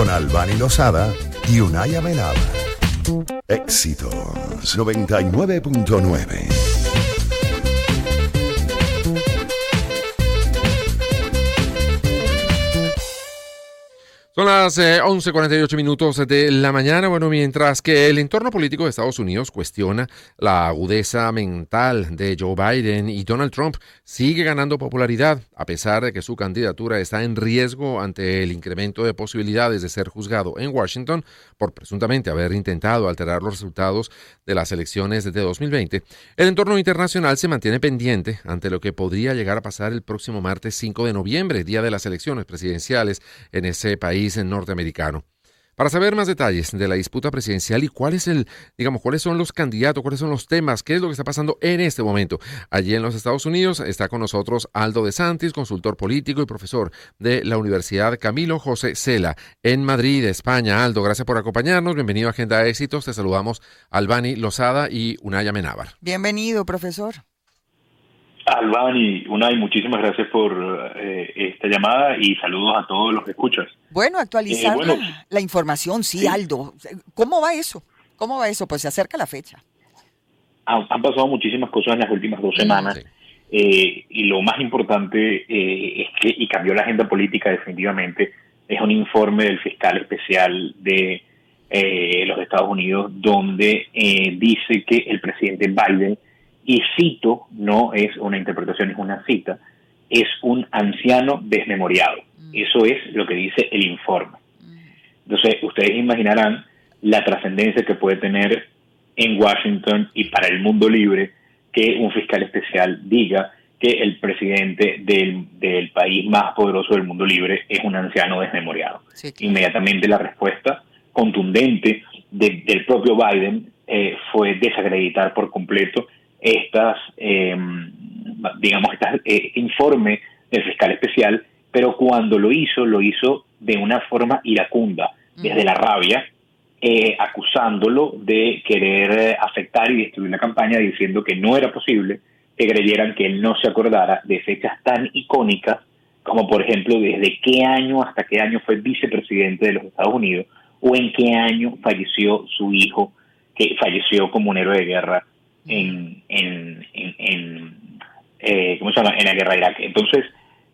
con Albany Lozada y Unay Amenábar. Éxitos 99.9. Son las 11:48 minutos de la mañana. Bueno, mientras que el entorno político de Estados Unidos cuestiona la agudeza mental de Joe Biden y Donald Trump sigue ganando popularidad, a pesar de que su candidatura está en riesgo ante el incremento de posibilidades de ser juzgado en Washington por presuntamente haber intentado alterar los resultados de las elecciones de 2020. El entorno internacional se mantiene pendiente ante lo que podría llegar a pasar el próximo martes 5 de noviembre, día de las elecciones presidenciales en ese país norteamericano. Para saber más detalles de la disputa presidencial y cuáles son los candidatos, cuáles son los temas, qué es lo que está pasando en este momento allí en los Estados Unidos, está con nosotros Aldo de Santis, consultor político y profesor de la Universidad Camilo José Cela en Madrid, España. Aldo, gracias por acompañarnos. Bienvenido a Agenda de Éxitos. Te saludamos Albany Lozada y Unay Amenábar. Bienvenido, profesor. Albany, Unay, muchísimas gracias por esta llamada y saludos a todos los que escuchas. Bueno, actualizar la información, sí, Aldo. ¿Cómo va eso? Pues se acerca la fecha. Han pasado muchísimas cosas en las últimas 2 semanas y lo más importante es que, y cambió la agenda política definitivamente, es un informe del fiscal especial de los Estados Unidos donde dice que el presidente Biden, y cito, no es una interpretación, es una cita, es un anciano desmemoriado. Eso es lo que dice el informe. Entonces, ustedes imaginarán la trascendencia que puede tener en Washington y para el mundo libre que un fiscal especial diga que el presidente del país más poderoso del mundo libre es un anciano desmemoriado. Sí, claro. Inmediatamente la respuesta contundente del propio Biden fue desacreditar por completo este informe del fiscal especial, pero cuando lo hizo de una forma iracunda, desde la rabia, acusándolo de querer afectar y destruir la campaña, diciendo que no era posible que creyeran que él no se acordara de fechas tan icónicas como, por ejemplo, desde qué año hasta qué año fue vicepresidente de los Estados Unidos, o en qué año falleció su hijo, que falleció como un héroe de guerra en la guerra de Irak. Entonces,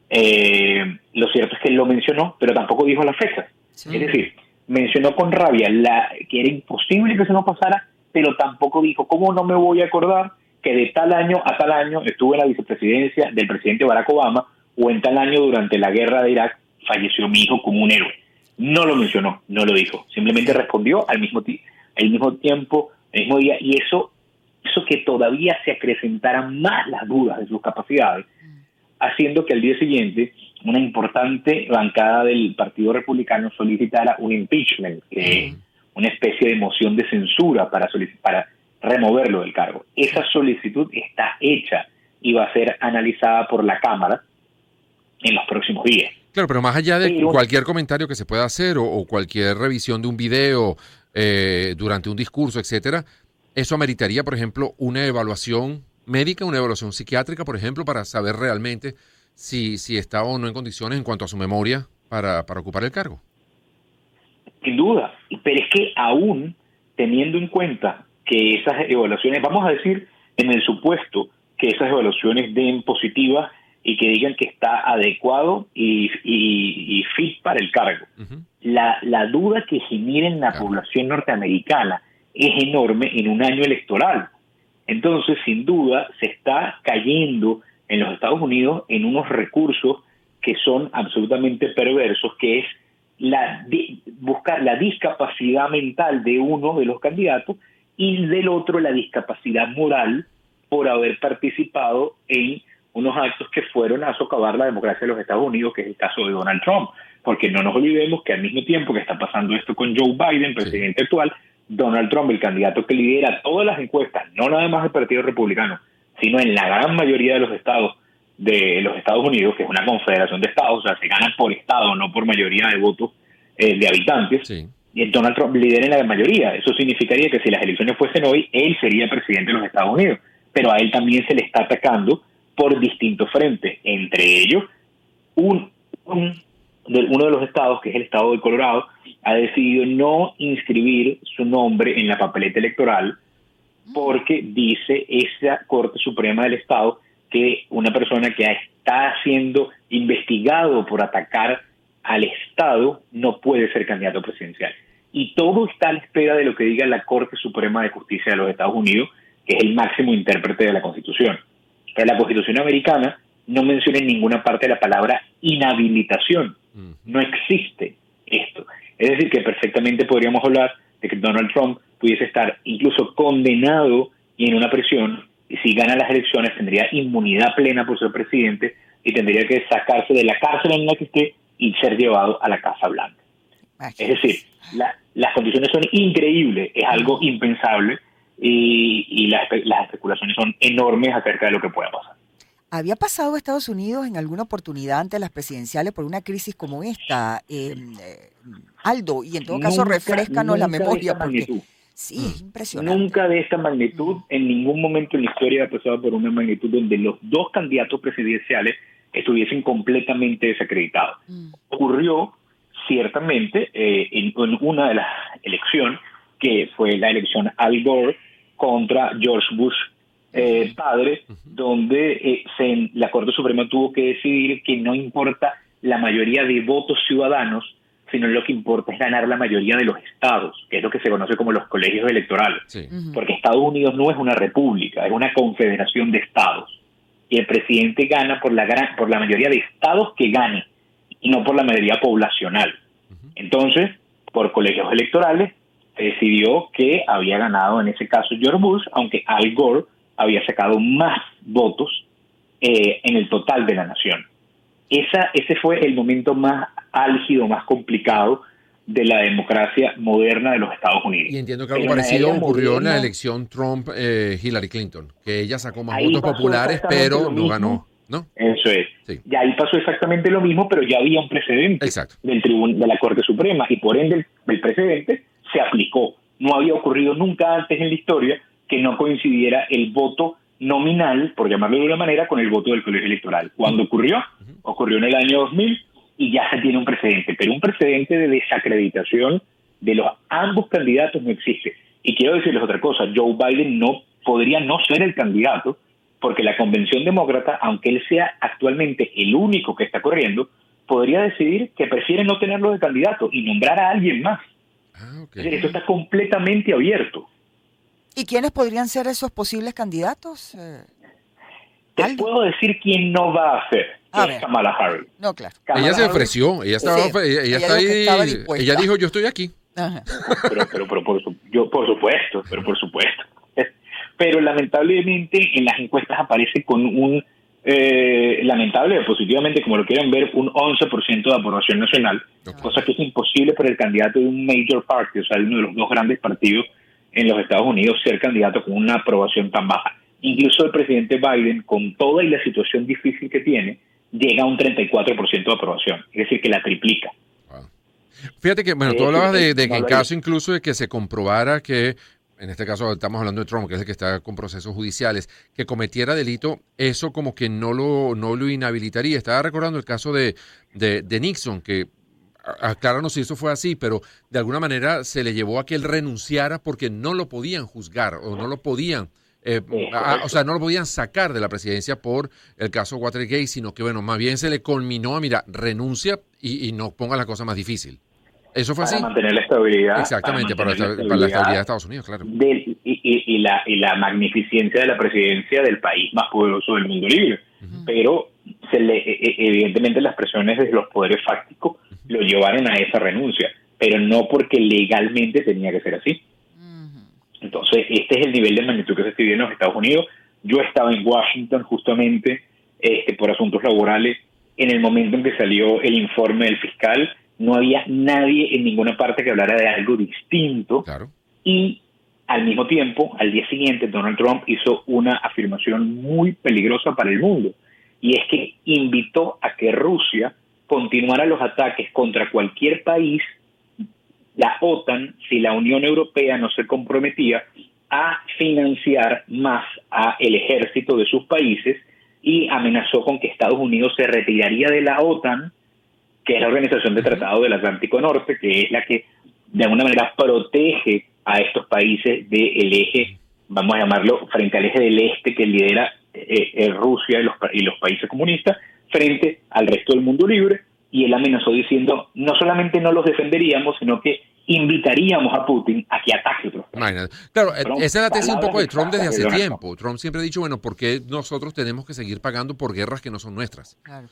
lo cierto es que él lo mencionó, pero tampoco dijo la fecha. Sí. Es decir, mencionó con rabia que era imposible que se nos pasara, pero tampoco dijo, ¿cómo no me voy a acordar que de tal año a tal año estuve en la vicepresidencia del presidente Barack Obama, o en tal año durante la guerra de Irak falleció mi hijo como un héroe? No lo mencionó, no lo dijo. Simplemente respondió al mismo tiempo, el mismo día, y eso que todavía se acrecentaran más las dudas de sus capacidades, haciendo que al día siguiente una importante bancada del Partido Republicano solicitara un impeachment, una especie de moción de censura para removerlo del cargo. Esa solicitud está hecha y va a ser analizada por la Cámara en los próximos días. Claro, pero más allá de cualquier comentario que se pueda hacer o cualquier revisión de un video durante un discurso, etcétera, ¿eso ameritaría, por ejemplo, una evaluación médica, una evaluación psiquiátrica, por ejemplo, para saber realmente si está o no en condiciones en cuanto a su memoria para ocupar el cargo? Sin duda, pero es que aún teniendo en cuenta que esas evaluaciones, vamos a decir, en el supuesto que esas evaluaciones den positivas y que digan que está adecuado y fit para el cargo, la duda que genera en la población norteamericana es enorme en un año electoral. Entonces, sin duda, se está cayendo en los Estados Unidos en unos recursos que son absolutamente perversos, que es buscar la discapacidad mental de uno de los candidatos y del otro la discapacidad moral por haber participado en unos actos que fueron a socavar la democracia de los Estados Unidos, que es el caso de Donald Trump. Porque no nos olvidemos que al mismo tiempo que está pasando esto con Joe Biden, presidente actual, Donald Trump, el candidato que lidera todas las encuestas, no nada más del Partido Republicano, sino en la gran mayoría de los estados Unidos, que es una confederación de estados, o sea, se ganan por estado, no por mayoría de votos de habitantes, y Donald Trump lidera en la mayoría. Eso significaría que si las elecciones fuesen hoy, él sería presidente de los Estados Unidos, pero a él también se le está atacando por distintos frentes, entre ellos uno de los estados, que es el estado de Colorado, ha decidido no inscribir su nombre en la papeleta electoral porque dice esa Corte Suprema del Estado que una persona que está siendo investigado por atacar al Estado no puede ser candidato presidencial. Y todo está a la espera de lo que diga la Corte Suprema de Justicia de los Estados Unidos, que es el máximo intérprete de la Constitución. Pero la Constitución americana no menciona en ninguna parte la palabra inhabilitación. No existe esto. Es decir, que perfectamente podríamos hablar de que Donald Trump pudiese estar incluso condenado y en una prisión, y si gana las elecciones tendría inmunidad plena por ser presidente y tendría que sacarse de la cárcel en la que esté y ser llevado a la Casa Blanca. Es decir, las condiciones son increíbles, es algo impensable y las especulaciones son enormes acerca de lo que pueda pasar. ¿Había pasado Estados Unidos en alguna oportunidad ante las presidenciales por una crisis como esta, Aldo? Y en todo caso, refréscanos la memoria, porque sí, es impresionante. Nunca de esta magnitud, en ningún momento en la historia ha pasado por una magnitud donde los dos candidatos presidenciales estuviesen completamente desacreditados. Ocurrió ciertamente en una de las elecciones, que fue la elección Al Gore contra George Bush padre, donde la Corte Suprema tuvo que decidir que no importa la mayoría de votos ciudadanos, sino lo que importa es ganar la mayoría de los estados, que es lo que se conoce como los colegios electorales. Sí. Porque Estados Unidos no es una república, es una confederación de estados. Y el presidente gana por la mayoría de estados que gane, y no por la mayoría poblacional. Entonces, por colegios electorales, se decidió que había ganado en ese caso George Bush, aunque Al Gore había sacado más votos en el total de la nación. Ese fue el momento más álgido, más complicado de la democracia moderna de los Estados Unidos. Y entiendo que algo parecido ocurrió en la elección Trump-Hillary Clinton, que ella sacó más votos populares, pero no ganó, ¿no? Eso es. Sí. Y ahí pasó exactamente lo mismo, pero ya había un precedente de la Corte Suprema, y por ende el precedente se aplicó. No había ocurrido nunca antes en la historia que no coincidiera el voto nominal, por llamarlo de una manera, con el voto del colegio electoral. ¿Cuándo ocurrió? Ocurrió en el año 2000 y ya se tiene un precedente, pero un precedente de desacreditación de los ambos candidatos no existe. Y quiero decirles otra cosa, Joe Biden no podría no ser el candidato porque la convención demócrata, aunque él sea actualmente el único que está corriendo, podría decidir que prefiere no tenerlo de candidato y nombrar a alguien más. Es decir, esto está completamente abierto. ¿Y quiénes podrían ser esos posibles candidatos? Te puedo decir quién no va a ser. Es Kamala Harris. No, claro. Ella se ofreció, ella estaba, ella está ahí, ella dijo, yo estoy aquí. Ajá. Pero por supuesto. Pero lamentablemente en las encuestas aparece con un lamentable o positivamente, como lo quieran ver, un 11% de aprobación nacional, cosa que es imposible para el candidato de un major party, o sea, uno de los dos grandes partidos en los Estados Unidos, ser candidato con una aprobación tan baja. Incluso el presidente Biden, con toda y la situación difícil que tiene, llega a un 34% de aprobación, es decir, que la triplica. Fíjate que, bueno, tú hablabas de que en caso incluso de que se comprobara que, en este caso estamos hablando de Trump, que es el que está con procesos judiciales, que cometiera delito, eso como que no lo inhabilitaría. Estaba recordando el caso de Nixon, que acláranos si eso fue así, pero de alguna manera se le llevó a que él renunciara porque no lo podían juzgar o no lo podían, no lo podían sacar de la presidencia por el caso Watergate, sino que, bueno, más bien se le culminó a, mira, renuncia y no ponga la cosa más difícil. ¿Eso fue así? Para mantener la estabilidad. Exactamente, para la estabilidad de Estados Unidos, claro. Y la magnificencia de la presidencia del país más poderoso del mundo libre. Pero evidentemente las presiones de los poderes fácticos lo llevaron a esa renuncia, pero no porque legalmente tenía que ser así. Entonces, este es el nivel de magnitud que se está viviendo en los Estados Unidos. Yo estaba en Washington justamente por asuntos laborales en el momento en que salió el informe del fiscal. No había nadie en ninguna parte que hablara de algo distinto. Claro. Y al mismo tiempo, al día siguiente, Donald Trump hizo una afirmación muy peligrosa para el mundo. Y es que invitó a que Rusia continuara los ataques contra cualquier país, la OTAN, si la Unión Europea no se comprometía a financiar más a el ejército de sus países, y amenazó con que Estados Unidos se retiraría de la OTAN, que es la Organización de Tratado del Atlántico Norte, que es la que de alguna manera protege a estos países del eje, vamos a llamarlo, frente al eje del este que lidera Rusia y los países comunistas, frente al resto del mundo libre, y él amenazó diciendo, no solamente no los defenderíamos, sino que invitaríamos a Putin a que ataque otros países. Claro, esa es la tesis un poco de Trump desde hace tiempo. Trump siempre ha dicho, bueno, ¿por qué nosotros tenemos que seguir pagando por guerras que no son nuestras? Claro.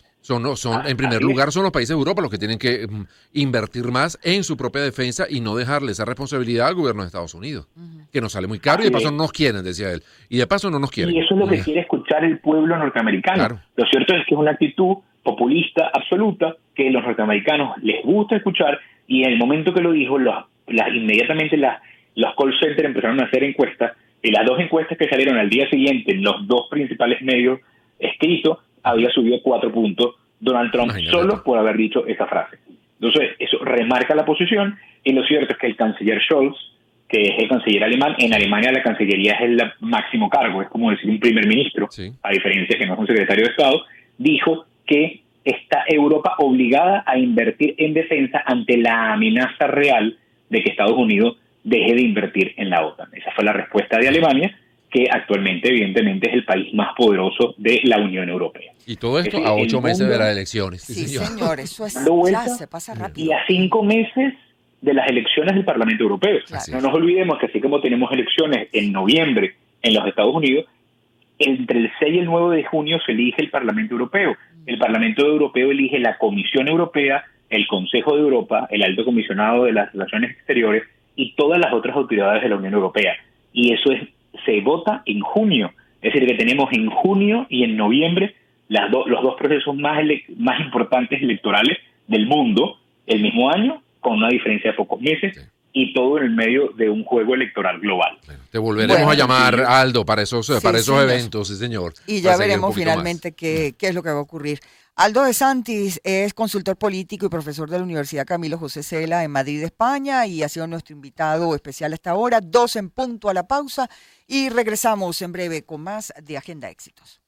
En primer lugar, son los países de Europa los que tienen que invertir más en su propia defensa y no dejarle esa responsabilidad al gobierno de Estados Unidos, que nos sale muy caro y de paso no nos quieren, decía él. Y de paso no nos quieren. Y eso es lo que quiere escuchar el pueblo norteamericano. Claro. Lo cierto es que es una actitud populista absoluta que los norteamericanos les gusta escuchar, y en el momento que lo dijo, inmediatamente los call centers empezaron a hacer encuestas, y las 2 encuestas que salieron al día siguiente en los 2 principales medios escritos, había subido 4 puntos Donald Trump solo por haber dicho esa frase. Entonces, eso remarca la posición, y lo cierto es que el canciller Scholz, que es el canciller alemán, en Alemania la cancillería es el máximo cargo, es como decir un primer ministro, a diferencia que no es un secretario de Estado, dijo que está Europa obligada a invertir en defensa ante la amenaza real de que Estados Unidos deje de invertir en la OTAN. Esa fue la respuesta de Alemania, que actualmente evidentemente es el país más poderoso de la Unión Europea. Y todo esto a 8 meses de las elecciones. Sí, señor, eso es ya se pasa rápido. Y a 5 meses de las elecciones del Parlamento Europeo. Claro. No nos olvidemos que así como tenemos elecciones en noviembre en los Estados Unidos, entre el 6 y el 9 de junio se elige el Parlamento Europeo. El Parlamento Europeo elige la Comisión Europea, el Consejo de Europa, el Alto Comisionado de las Relaciones Exteriores y todas las otras autoridades de la Unión Europea. Y eso se vota en junio. Es decir, que tenemos en junio y en noviembre los 2 procesos más importantes electorales del mundo el mismo año, con una diferencia de pocos meses, y todo en el medio de un juego electoral global. Bueno, te volveremos a llamar, Aldo, para esos eventos, sí, señor. Y ya veremos finalmente qué es lo que va a ocurrir. Aldo de Santis es consultor político y profesor de la Universidad Camilo José Cela en Madrid, España, y ha sido nuestro invitado especial hasta ahora. 2 en punto a la pausa y regresamos en breve con más de Agenda Éxitos.